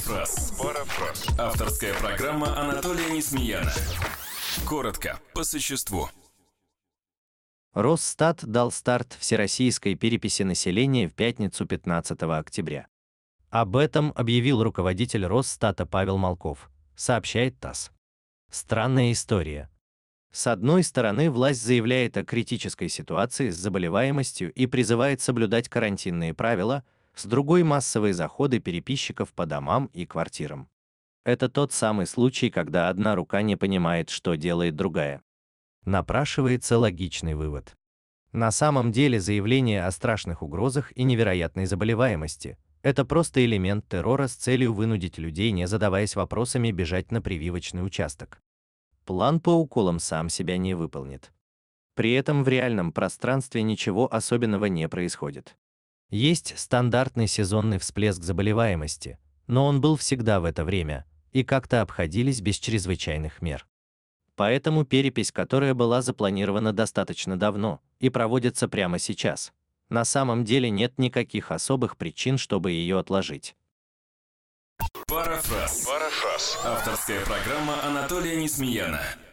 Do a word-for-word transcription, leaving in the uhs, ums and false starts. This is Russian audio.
Парафраз. Парафраз. Авторская программа Анатолия Несмеяна. Коротко, по существу. Росстат дал старт всероссийской переписи населения в пятницу пятнадцатого октября. Об этом объявил руководитель Росстата Павел Молков, сообщает ТАСС. Странная история. С одной стороны, власть заявляет о критической ситуации с заболеваемостью и призывает соблюдать карантинные правила, с другой — массовые заходы переписчиков по домам и квартирам. Это тот самый случай, когда одна рука не понимает, что делает другая. Напрашивается логичный вывод. На самом деле заявление о страшных угрозах и невероятной заболеваемости – это просто элемент террора с целью вынудить людей, не задаваясь вопросами, бежать на прививочный участок. План по уколам сам себя не выполнит. При этом в реальном пространстве ничего особенного не происходит. Есть стандартный сезонный всплеск заболеваемости, но он был всегда в это время, и как-то обходились без чрезвычайных мер. Поэтому перепись, которая была запланирована достаточно давно и проводится прямо сейчас, на самом деле нет никаких особых причин, чтобы ее отложить. Парафраз. Парафраз. Авторская программа Анатолия Несмеяна.